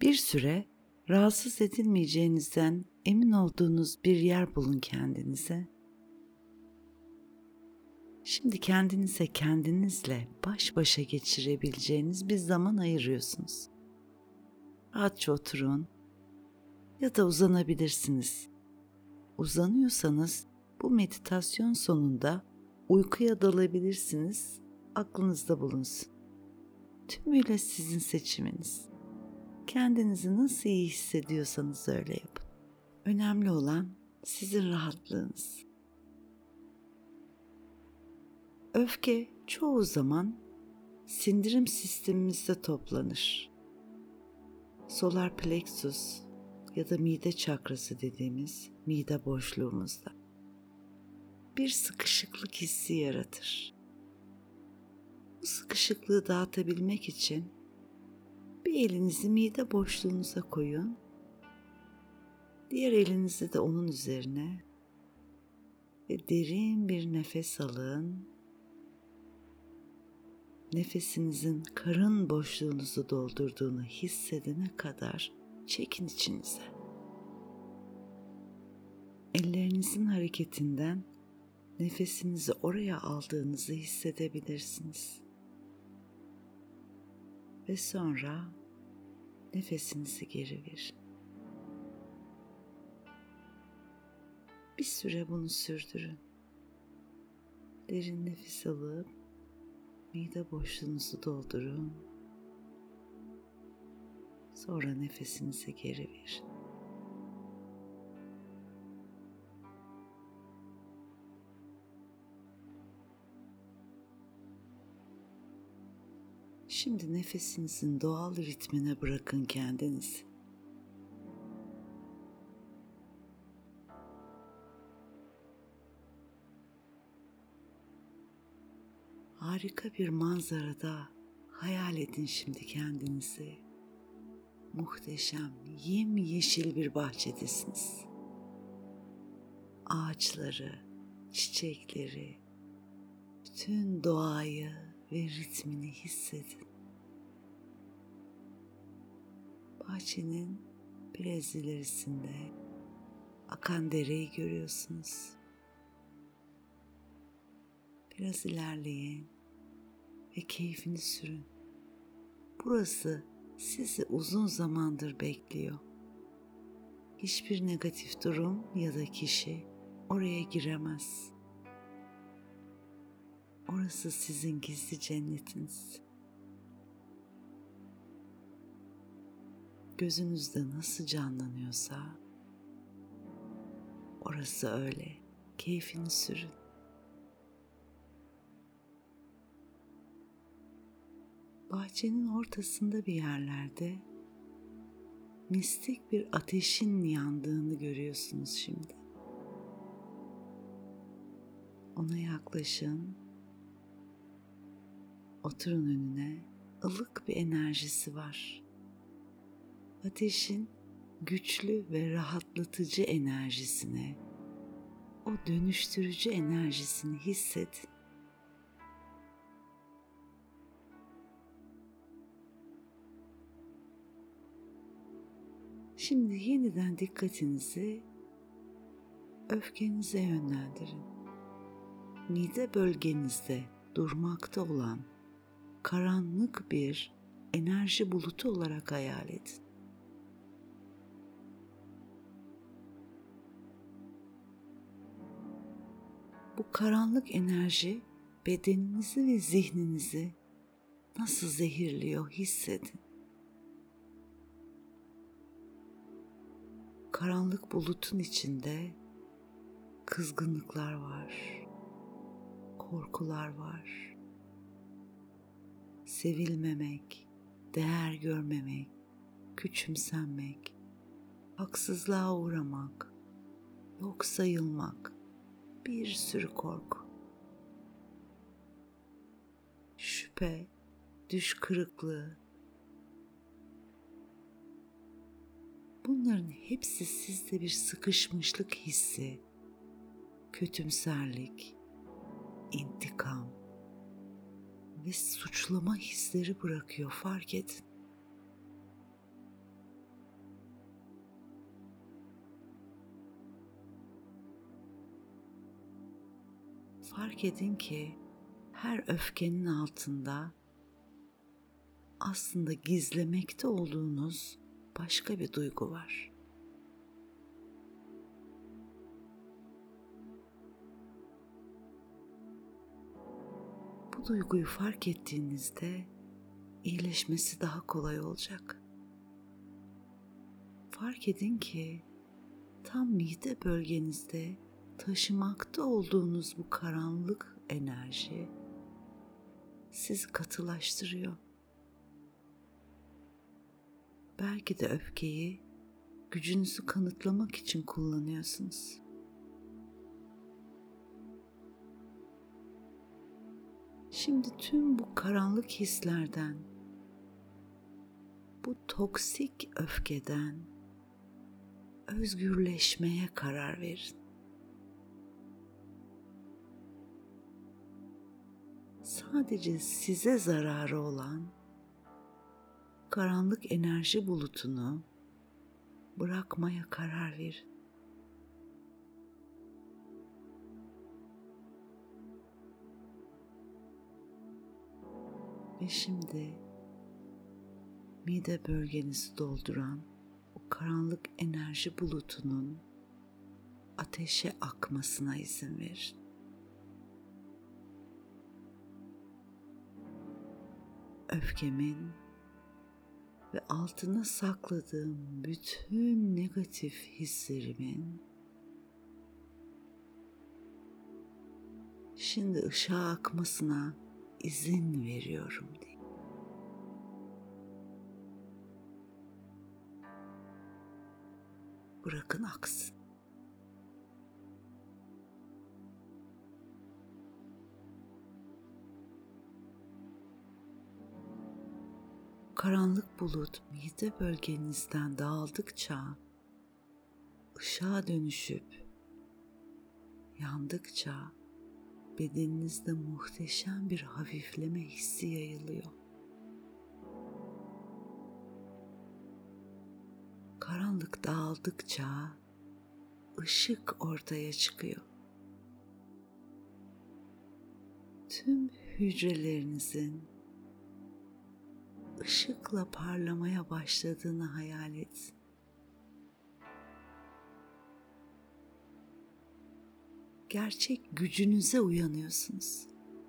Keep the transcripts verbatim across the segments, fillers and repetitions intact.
Bir süre rahatsız edilmeyeceğinizden emin olduğunuz bir yer bulun kendinize. Şimdi kendinize kendinizle baş başa geçirebileceğiniz bir zaman ayırıyorsunuz. Rahatça oturun ya da uzanabilirsiniz. Uzanıyorsanız bu meditasyon sonunda uykuya dalabilirsiniz, aklınızda bulunsun. Tümüyle sizin seçiminiz. Kendinizi nasıl iyi hissediyorsanız öyle yapın. Önemli olan sizin rahatlığınız. Öfke çoğu zaman sindirim sistemimizde toplanır. Solar plexus ya da mide çakrası dediğimiz mide boşluğumuzda. Bir sıkışıklık hissi yaratır. Bu sıkışıklığı dağıtabilmek için bir elinizi mide boşluğunuza koyun, diğer elinizi de onun üzerine ve derin bir nefes alın. Nefesinizin karın boşluğunuzu doldurduğunu hissedene kadar çekin içinize. Ellerinizin hareketinden nefesinizi oraya aldığınızı hissedebilirsiniz. Ve sonra nefesinizi geri verin. Bir süre bunu sürdürün. Derin nefes alıp mide boşluğunuzu doldurun. Sonra nefesinizi geri verin. Şimdi nefesinizin doğal ritmine bırakın kendinizi. Harika bir manzarada hayal edin şimdi kendinizi. Muhteşem, yemyeşil bir bahçedesiniz. Ağaçları, çiçekleri, bütün doğayı ve ritmini hissedin. Bahçenin biraz ilerisinde akan dereyi görüyorsunuz. Biraz ilerleyin ve keyfini sürün. Burası sizi uzun zamandır bekliyor. Hiçbir negatif durum ya da kişi oraya giremez. Orası sizin gizli cennetiniz. Gözünüzde nasıl canlanıyorsa orası öyle. Keyfini sürün. Bahçenin ortasında bir yerlerde mistik bir ateşin yandığını görüyorsunuz şimdi. Ona yaklaşın. Oturun önüne. Ilık bir enerjisi var. Ateşin güçlü ve rahatlatıcı enerjisine, o dönüştürücü enerjisini hissedin. Şimdi yeniden dikkatinizi öfkenize yönlendirin. Mide bölgenizde durmakta olan karanlık bir enerji bulutu olarak hayal edin. Bu karanlık enerji bedeninizi ve zihninizi nasıl zehirliyor hissedin. Karanlık bulutun içinde kızgınlıklar var, korkular var. Sevilmemek, değer görmemek, küçümsenmek, haksızlığa uğramak, yok sayılmak, bir sürü korku. Şüphe, düş kırıklığı. Bunların hepsi sizde bir sıkışmışlık hissi, kötümserlik, intikam ve suçlama hisleri bırakıyor, fark edin. Fark edin ki her öfkenin altında aslında gizlemekte olduğunuz başka bir duygu var. Bu duyguyu fark ettiğinizde iyileşmesi daha kolay olacak. Fark edin ki tam mide bölgenizde taşımakta olduğunuz bu karanlık enerji sizi katılaştırıyor. Belki de öfkeyi gücünüzü kanıtlamak için kullanıyorsunuz. Şimdi tüm bu karanlık hislerden, bu toksik öfkeden özgürleşmeye karar verin. Sadece size zararı olan karanlık enerji bulutunu bırakmaya karar verin. Ve şimdi mide bölgenizi dolduran o karanlık enerji bulutunun ateşe akmasına izin verin. Öfkemin ve altına sakladığım bütün negatif hislerimin şimdi ışığa akmasına izin veriyorum diye. Bırakın aksın. Karanlık bulut mide bölgenizden dağıldıkça, ışığa dönüşüp yandıkça bedeninizde muhteşem bir hafifleme hissi yayılıyor. Karanlık dağıldıkça ışık ortaya çıkıyor. Tüm hücrelerinizin ışıkla parlamaya başladığını hayal et. Gerçek gücünüze uyanıyorsunuz.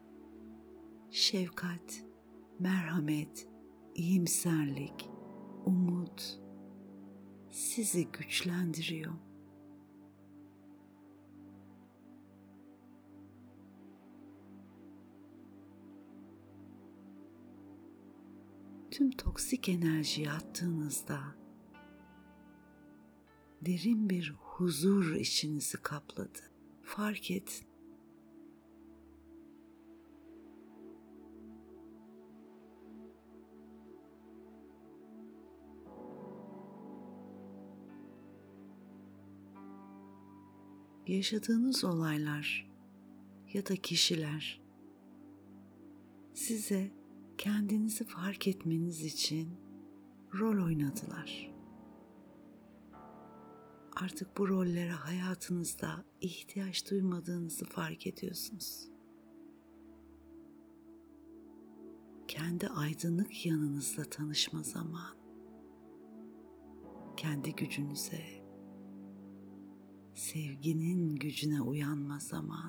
Şefkat, merhamet, iyimserlik, umut sizi güçlendiriyor. Tüm toksik enerjiyi attığınızda derin bir huzur içinizi kapladı. Fark edin. Yaşadığınız olaylar ya da kişiler size kendinizi fark etmeniz için rol oynadılar. Artık bu rollere hayatınızda ihtiyaç duymadığınızı fark ediyorsunuz. Kendi aydınlık yanınızla tanışma zamanı. Kendi gücünüze, sevginin gücüne uyanma zamanı.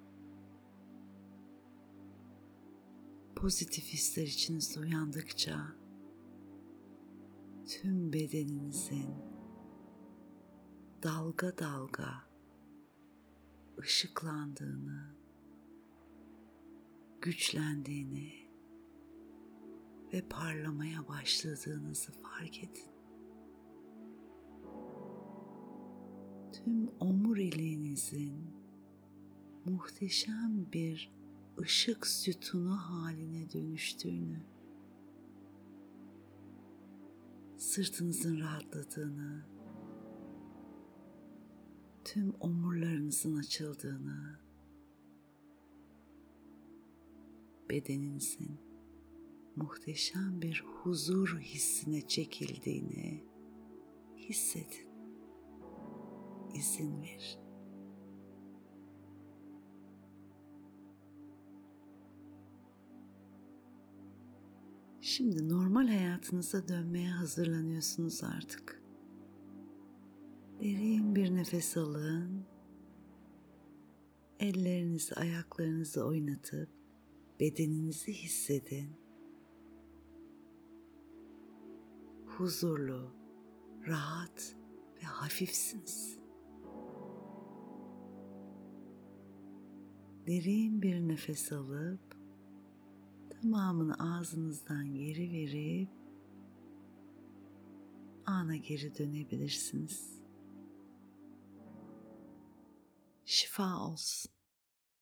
Pozitif hisler içinizde uyandıkça tüm bedeninizin dalga dalga ışıklandığını, güçlendiğini ve parlamaya başladığınızı fark edin. Tüm omuriliğinizin muhteşem bir ışık sütunu haline dönüştüğünü, sırtınızın rahatladığını, tüm omurlarınızın açıldığını, bedeninizin muhteşem bir huzur hissine çekildiğini hissedin. İzin verin. Şimdi normal hayatınıza dönmeye hazırlanıyorsunuz artık. Derin bir nefes alın. Ellerinizi, ayaklarınızı oynatıp bedeninizi hissedin. Huzurlu, rahat ve hafifsiniz. Derin bir nefes alıp tamamını ağzınızdan geri verip ana geri dönebilirsiniz. Şifa olsun.